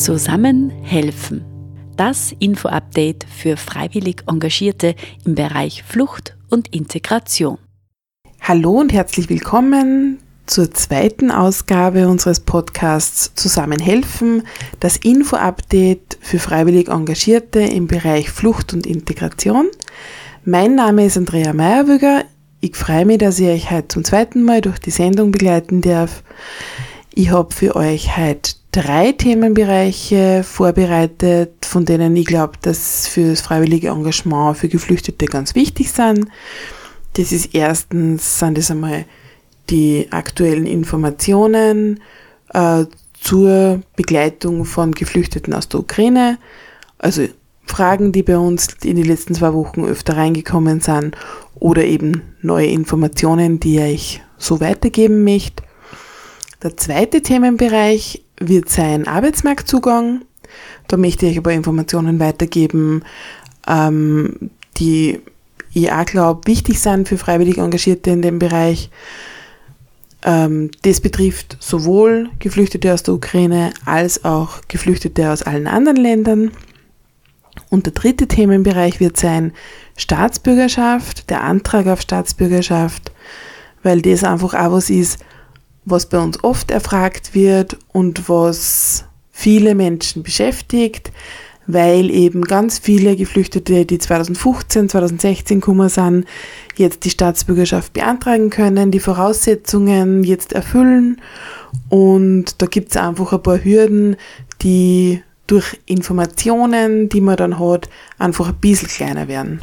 Zusammen helfen. Das Info-Update für freiwillig Engagierte im Bereich Flucht und Integration. Hallo und herzlich willkommen zur zweiten Ausgabe unseres Podcasts Zusammen helfen, das Info-Update für freiwillig Engagierte im Bereich Flucht und Integration. Mein Name ist Andrea Meyerwöger. Ich freue mich, dass ich euch heute zum zweiten Mal durch die Sendung begleiten darf. Ich habe für euch heute 3 Themenbereiche vorbereitet, von denen ich glaube, dass für das freiwillige Engagement für Geflüchtete ganz wichtig sind. Das ist erstens, sind das einmal die aktuellen Informationen zur Begleitung von Geflüchteten aus der Ukraine, also Fragen, die bei uns in den letzten 2 Wochen öfter reingekommen sind oder eben neue Informationen, die ich so weitergeben möchte. Der zweite Themenbereich wird sein Arbeitsmarktzugang. Da möchte ich ein paar Informationen weitergeben, die ich auch glaube, wichtig sind für freiwillig Engagierte in dem Bereich. Das betrifft sowohl Geflüchtete aus der Ukraine als auch Geflüchtete aus allen anderen Ländern. Und der dritte Themenbereich wird sein Staatsbürgerschaft, der Antrag auf Staatsbürgerschaft, weil das einfach auch was ist, was bei uns oft erfragt wird und was viele Menschen beschäftigt, weil eben ganz viele Geflüchtete, die 2015, 2016 gekommen sind, jetzt die Staatsbürgerschaft beantragen können, die Voraussetzungen jetzt erfüllen, und da gibt es einfach ein paar Hürden, die durch Informationen, die man dann hat, einfach ein bisschen kleiner werden.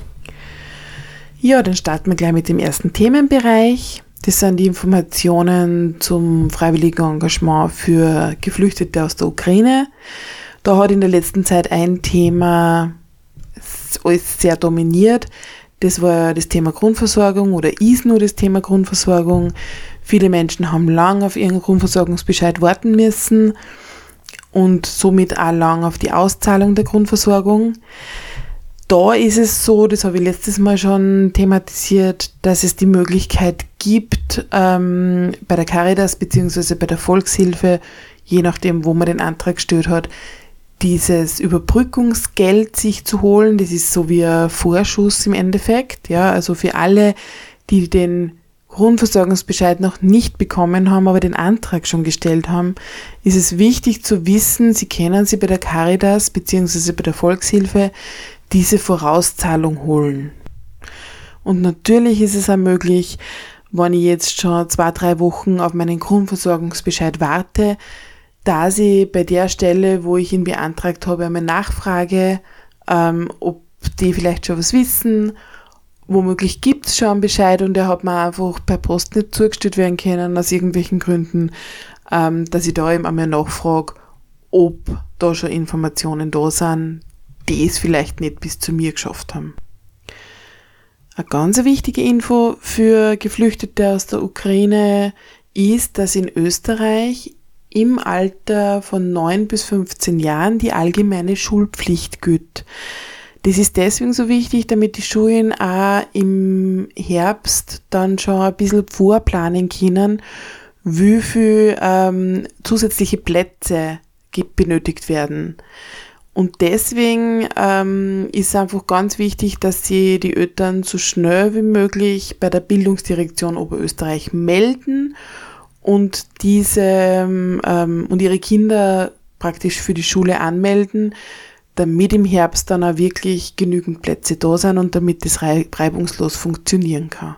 Ja, dann starten wir gleich mit dem ersten Themenbereich. Das sind die Informationen zum freiwilligen Engagement für Geflüchtete aus der Ukraine. Da hat in der letzten Zeit ein Thema alles sehr dominiert. Das war das Thema Grundversorgung oder ist nur das Thema Grundversorgung. Viele Menschen haben lange auf ihren Grundversorgungsbescheid warten müssen und somit auch lang auf die Auszahlung der Grundversorgung. Da ist es so, das habe ich letztes Mal schon thematisiert, dass es die Möglichkeit gibt, bei der Caritas bzw. bei der Volkshilfe, je nachdem, wo man den Antrag gestellt hat, dieses Überbrückungsgeld sich zu holen. Das ist so wie ein Vorschuss im Endeffekt. Ja, also für alle, die den Grundversorgungsbescheid noch nicht bekommen haben, aber den Antrag schon gestellt haben, ist es wichtig zu wissen, sie können sich bei der Caritas bzw. bei der Volkshilfe diese Vorauszahlung holen. Und natürlich ist es auch möglich, wenn ich jetzt schon 2-3 Wochen auf meinen Grundversorgungsbescheid warte, dass ich bei der Stelle, wo ich ihn beantragt habe, einmal nachfrage, ob die vielleicht schon was wissen. Womöglich gibt es schon einen Bescheid und der hat mir einfach per Post nicht zugestellt werden können, aus irgendwelchen Gründen, dass ich da eben einmal nachfrage, ob da schon Informationen da sind, die es vielleicht nicht bis zu mir geschafft haben. Eine ganz wichtige Info für Geflüchtete aus der Ukraine ist, dass in Österreich im Alter von 9 bis 15 Jahren die allgemeine Schulpflicht gilt. Das ist deswegen so wichtig, damit die Schulen auch im Herbst dann schon ein bisschen vorplanen können, wie viel zusätzliche Plätze benötigt werden. Und deswegen ist es einfach ganz wichtig, dass sie die Eltern so schnell wie möglich bei der Bildungsdirektion Oberösterreich melden und und ihre Kinder praktisch für die Schule anmelden, damit im Herbst dann auch wirklich genügend Plätze da sind und damit das reibungslos funktionieren kann.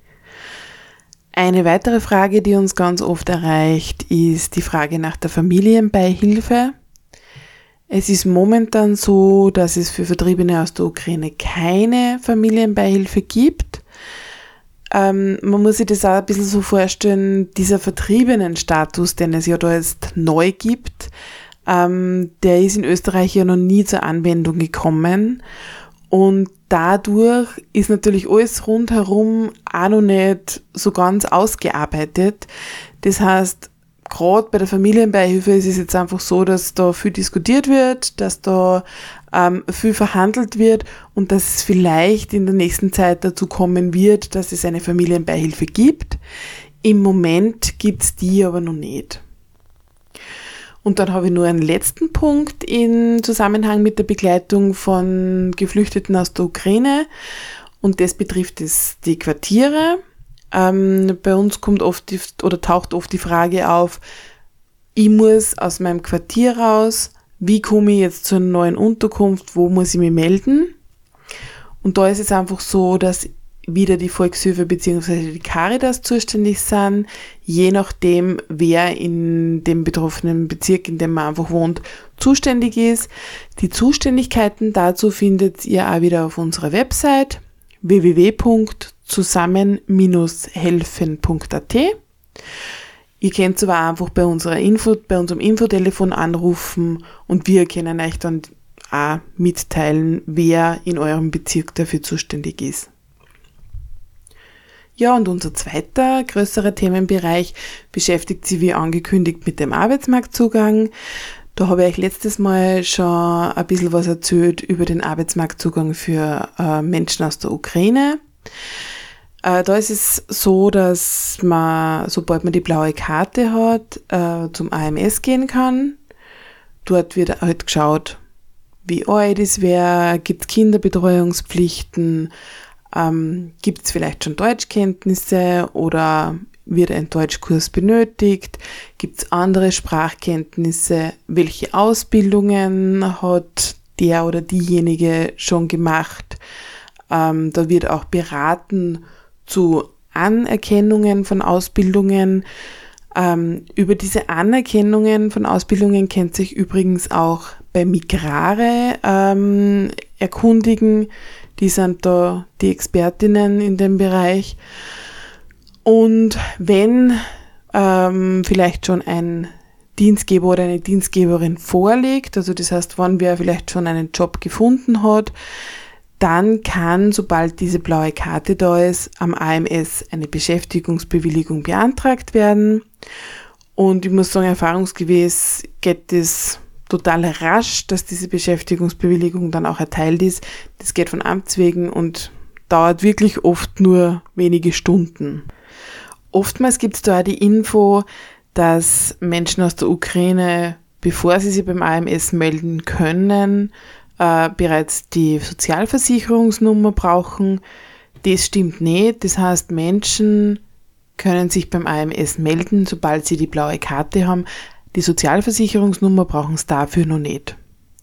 Eine weitere Frage, die uns ganz oft erreicht, ist die Frage nach der Familienbeihilfe. Es ist momentan so, dass es für Vertriebene aus der Ukraine keine Familienbeihilfe gibt. Man muss sich das auch ein bisschen so vorstellen, dieser Vertriebenenstatus, den es ja da jetzt neu gibt, der ist in Österreich ja noch nie zur Anwendung gekommen. Und dadurch ist natürlich alles rundherum auch noch nicht so ganz ausgearbeitet. Das heißt, gerade bei der Familienbeihilfe ist es jetzt einfach so, dass da viel diskutiert wird, dass da viel verhandelt wird und dass es vielleicht in der nächsten Zeit dazu kommen wird, dass es eine Familienbeihilfe gibt. Im Moment gibt es die aber noch nicht. Und dann habe ich nur einen letzten Punkt im Zusammenhang mit der Begleitung von Geflüchteten aus der Ukraine. Und das betrifft die Quartiere. Bei uns taucht oft die Frage auf, ich muss aus meinem Quartier raus, wie komme ich jetzt zu einer neuen Unterkunft, wo muss ich mich melden? Und da ist es einfach so, dass wieder die Volkshilfe bzw. die Caritas zuständig sind, je nachdem, wer in dem betroffenen Bezirk, in dem man einfach wohnt, zuständig ist. Die Zuständigkeiten dazu findet ihr auch wieder auf unserer Website www.zusammen-helfen.at. Ihr könnt aber einfach bei unserem Infotelefon anrufen und wir können euch dann auch mitteilen, wer in eurem Bezirk dafür zuständig ist. Ja, und unser zweiter größerer Themenbereich beschäftigt sich wie angekündigt mit dem Arbeitsmarktzugang. Da habe ich euch letztes Mal schon ein bisschen was erzählt über den Arbeitsmarktzugang für Menschen aus der Ukraine. Da ist es so, dass man, sobald man die blaue Karte hat, zum AMS gehen kann. Dort wird halt geschaut, wie alt ist wer, gibt es Kinderbetreuungspflichten, gibt es vielleicht schon Deutschkenntnisse oder wird ein Deutschkurs benötigt, gibt es andere Sprachkenntnisse, welche Ausbildungen hat der oder diejenige schon gemacht. Da wird auch beraten zu Anerkennungen von Ausbildungen. Über diese Anerkennungen von Ausbildungen könnt sich übrigens auch bei Migrare erkundigen. Die sind da die Expertinnen in dem Bereich. Und wenn vielleicht schon ein Dienstgeber oder eine Dienstgeberin vorliegt, also das heißt, wenn wer vielleicht schon einen Job gefunden hat, dann kann, sobald diese blaue Karte da ist, am AMS eine Beschäftigungsbewilligung beantragt werden. Und ich muss sagen, erfahrungsgemäß geht das total rasch, dass diese Beschäftigungsbewilligung dann auch erteilt ist. Das geht von Amts wegen und dauert wirklich oft nur wenige Stunden. Oftmals gibt es da auch die Info, dass Menschen aus der Ukraine, bevor sie sich beim AMS melden können, bereits die Sozialversicherungsnummer brauchen. Das stimmt nicht. Das heißt, Menschen können sich beim AMS melden, sobald sie die blaue Karte haben. Die Sozialversicherungsnummer brauchen sie dafür noch nicht.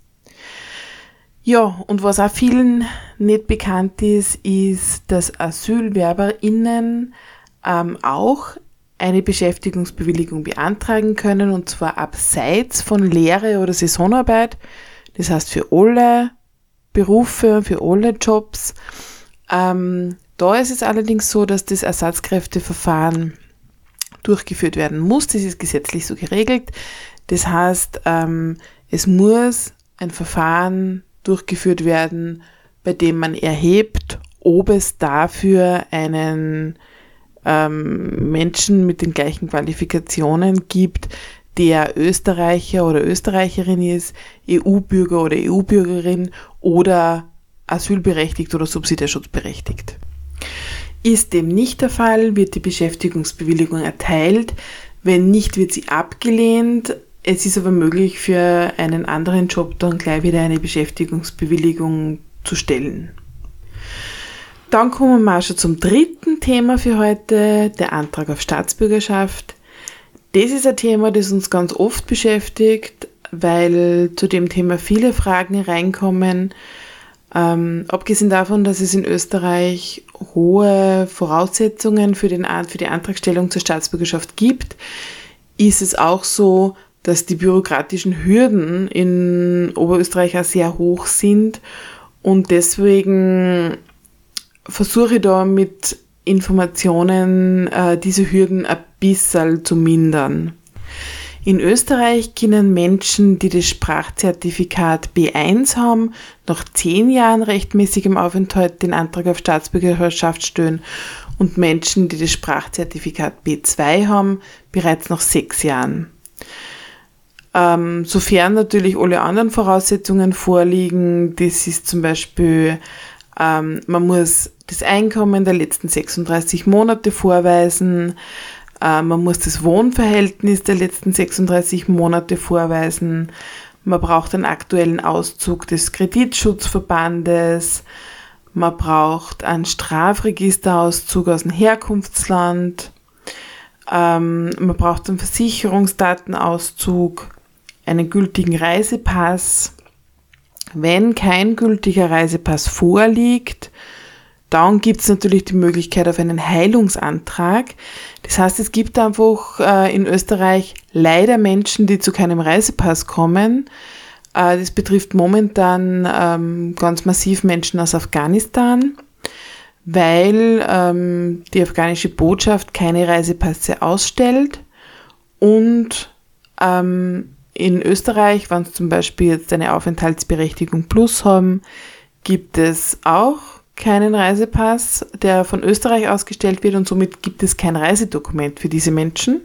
Ja, und was auch vielen nicht bekannt ist, dass AsylwerberInnen auch eine Beschäftigungsbewilligung beantragen können, und zwar abseits von Lehre oder Saisonarbeit. Das heißt für alle Berufe, für alle Jobs. Da ist es allerdings so, dass das Ersatzkräfteverfahren durchgeführt werden muss. Das ist gesetzlich so geregelt. Das heißt, es muss ein Verfahren durchgeführt werden, bei dem man erhebt, ob es dafür einen Menschen mit den gleichen Qualifikationen gibt, der Österreicher oder Österreicherin ist, EU-Bürger oder EU-Bürgerin oder asylberechtigt oder subsidiarschutzberechtigt. Ist dem nicht der Fall, wird die Beschäftigungsbewilligung erteilt. Wenn nicht, wird sie abgelehnt. Es ist aber möglich, für einen anderen Job dann gleich wieder eine Beschäftigungsbewilligung zu stellen. Dann kommen wir auch schon zum dritten Thema für heute, der Antrag auf Staatsbürgerschaft. Das ist ein Thema, das uns ganz oft beschäftigt, weil zu dem Thema viele Fragen reinkommen. Abgesehen davon, dass es in Österreich hohe Voraussetzungen für die Antragstellung zur Staatsbürgerschaft gibt, ist es auch so, dass die bürokratischen Hürden in Oberösterreich auch sehr hoch sind, und deswegen versuche ich da mit Informationen diese Hürden ein bisschen zu mindern. In Österreich können Menschen, die das Sprachzertifikat B1 haben, nach 10 Jahren rechtmäßigem Aufenthalt den Antrag auf Staatsbürgerschaft stellen, und Menschen, die das Sprachzertifikat B2 haben, bereits nach 6 Jahren. Sofern natürlich alle anderen Voraussetzungen vorliegen, das ist zum Beispiel, man muss das Einkommen der letzten 36 Monate vorweisen, Man muss das Wohnverhältnis der letzten 36 Monate vorweisen. Man braucht einen aktuellen Auszug des Kreditschutzverbandes. Man braucht einen Strafregisterauszug aus dem Herkunftsland. Man braucht einen Versicherungsdatenauszug, einen gültigen Reisepass. Wenn kein gültiger Reisepass vorliegt, dann gibt es natürlich die Möglichkeit auf einen Heilungsantrag. Das heißt, es gibt einfach in Österreich leider Menschen, die zu keinem Reisepass kommen. Das betrifft momentan ganz massiv Menschen aus Afghanistan, weil die afghanische Botschaft keine Reisepässe ausstellt. Und in Österreich, wenn sie zum Beispiel jetzt eine Aufenthaltsberechtigung plus haben, gibt es auch keinen Reisepass, der von Österreich ausgestellt wird, und somit gibt es kein Reisedokument für diese Menschen.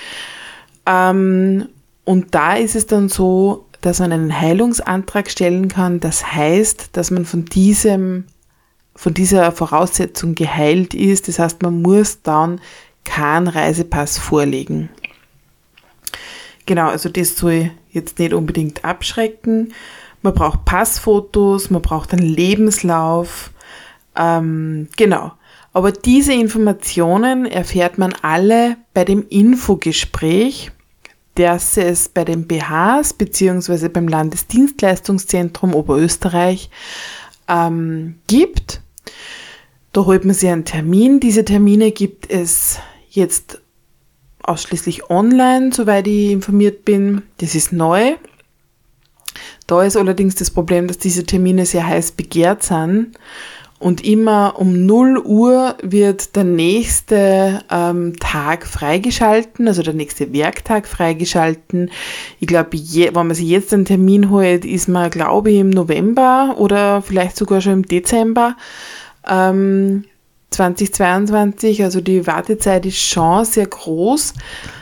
Und da ist es dann so, dass man einen Heilungsantrag stellen kann. Das heißt, dass man von dieser Voraussetzung geheilt ist. Das heißt, man muss dann keinen Reisepass vorlegen. Genau, also das soll jetzt nicht unbedingt abschrecken. Man braucht Passfotos, man braucht einen Lebenslauf. Genau. Aber diese Informationen erfährt man alle bei dem Infogespräch, das es bei den BHs bzw. beim Landesdienstleistungszentrum Oberösterreich gibt. Da holt man sich einen Termin. Diese Termine gibt es jetzt ausschließlich online, soweit ich informiert bin. Das ist neu. Da ist allerdings das Problem, dass diese Termine sehr heiß begehrt sind. Und immer um 0 Uhr wird der nächste Tag freigeschalten, also der nächste Werktag freigeschalten. Ich glaube, wenn man sich jetzt einen Termin holt, ist man, glaube ich, im November oder vielleicht sogar schon im Dezember 2022. Also die Wartezeit ist schon sehr groß.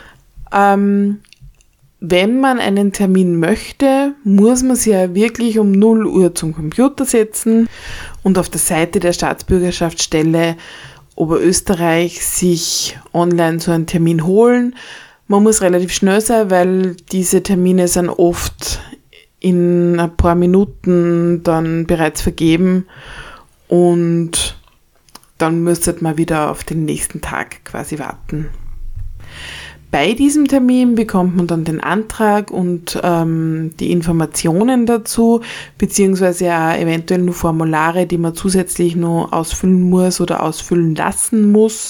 Wenn man einen Termin möchte, muss man sich ja wirklich um 0 Uhr zum Computer setzen und auf der Seite der Staatsbürgerschaftsstelle Oberösterreich sich online so einen Termin holen. Man muss relativ schnell sein, weil diese Termine sind oft in ein paar Minuten dann bereits vergeben und dann müsste man wieder auf den nächsten Tag quasi warten. Bei diesem Termin bekommt man dann den Antrag und die Informationen dazu, beziehungsweise auch eventuell nur Formulare, die man zusätzlich noch ausfüllen muss oder ausfüllen lassen muss.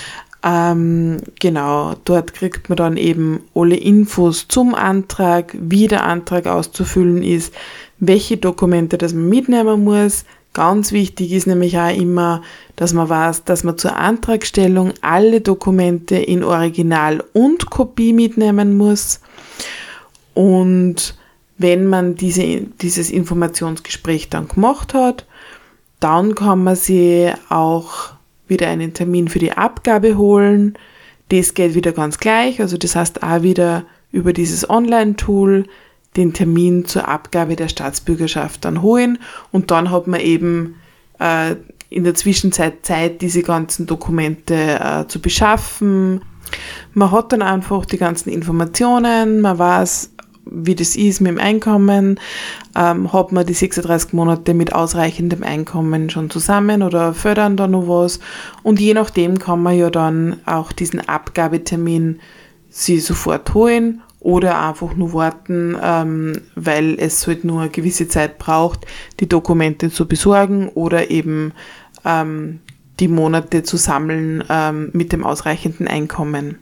Genau, dort kriegt man dann eben alle Infos zum Antrag, wie der Antrag auszufüllen ist, welche Dokumente das man mitnehmen muss. Ganz wichtig ist nämlich auch immer, dass man weiß, dass man zur Antragstellung alle Dokumente in Original und Kopie mitnehmen muss. Und wenn man dieses Informationsgespräch dann gemacht hat, dann kann man sich auch wieder einen Termin für die Abgabe holen. Das geht wieder ganz gleich, also das heißt auch wieder über dieses Online-Tool den Termin zur Abgabe der Staatsbürgerschaft dann holen und dann hat man eben in der Zwischenzeit Zeit, diese ganzen Dokumente zu beschaffen. Man hat dann einfach die ganzen Informationen, man weiß, wie das ist mit dem Einkommen, hat man die 36 Monate mit ausreichendem Einkommen schon zusammen oder fördern da noch was, und je nachdem kann man ja dann auch diesen Abgabetermin sie sofort holen oder einfach nur warten, weil es halt nur eine gewisse Zeit braucht, die Dokumente zu besorgen oder eben die Monate zu sammeln mit dem ausreichenden Einkommen.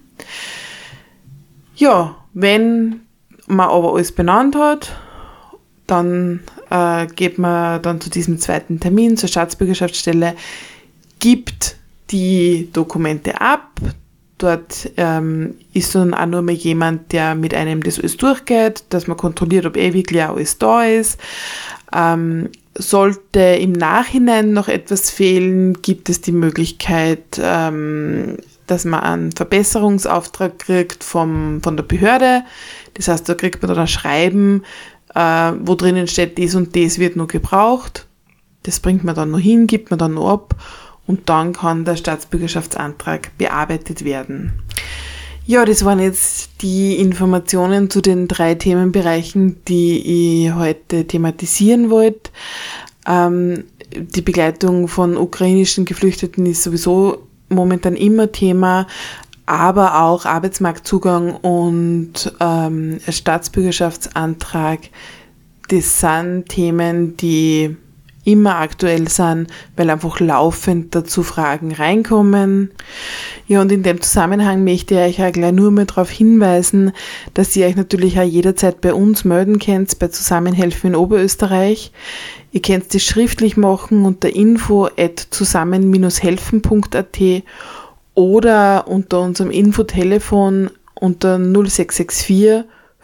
Ja, wenn man aber alles benannt hat, dann geht man dann zu diesem zweiten Termin zur Staatsbürgerschaftsstelle, gibt die Dokumente ab. Dort ist dann auch nur mal jemand, der mit einem das alles durchgeht, dass man kontrolliert, ob wirklich auch alles da ist. Sollte im Nachhinein noch etwas fehlen, gibt es die Möglichkeit, dass man einen Verbesserungsauftrag kriegt von der Behörde. Das heißt, da kriegt man dann ein Schreiben, wo drinnen steht, das und das wird noch gebraucht. Das bringt man dann noch hin, gibt man dann noch ab. Und dann kann der Staatsbürgerschaftsantrag bearbeitet werden. Ja, das waren jetzt die Informationen zu den 3 Themenbereichen, die ich heute thematisieren wollte. Die Begleitung von ukrainischen Geflüchteten ist sowieso momentan immer Thema, aber auch Arbeitsmarktzugang und Staatsbürgerschaftsantrag, das sind Themen, die immer aktuell sind, weil einfach laufend dazu Fragen reinkommen. Ja, und in dem Zusammenhang möchte ich euch auch gleich nur mal darauf hinweisen, dass ihr euch natürlich auch jederzeit bei uns melden könnt, bei Zusammenhelfen in Oberösterreich. Ihr könnt das schriftlich machen unter info@zusammen-helfen.at oder unter unserem Infotelefon unter 0664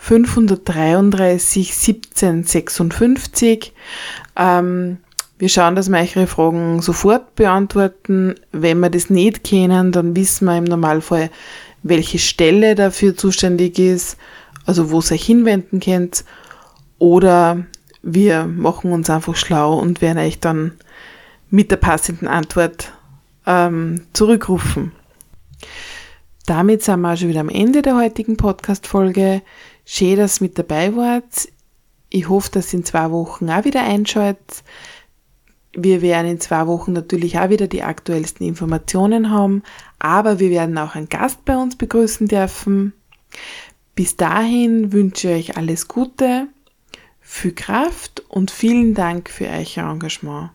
533 17 56. Wir schauen, dass wir eure Fragen sofort beantworten. Wenn wir das nicht kennen, dann wissen wir im Normalfall, welche Stelle dafür zuständig ist, also wo ihr euch hinwenden könnt. Oder wir machen uns einfach schlau und werden euch dann mit der passenden Antwort zurückrufen. Damit sind wir auch schon wieder am Ende der heutigen Podcast-Folge. Schön, dass ihr mit dabei wart. Ich hoffe, dass ihr in 2 Wochen auch wieder einschaltet. Wir werden in 2 Wochen natürlich auch wieder die aktuellsten Informationen haben, aber wir werden auch einen Gast bei uns begrüßen dürfen. Bis dahin wünsche ich euch alles Gute, viel Kraft und vielen Dank für euer Engagement.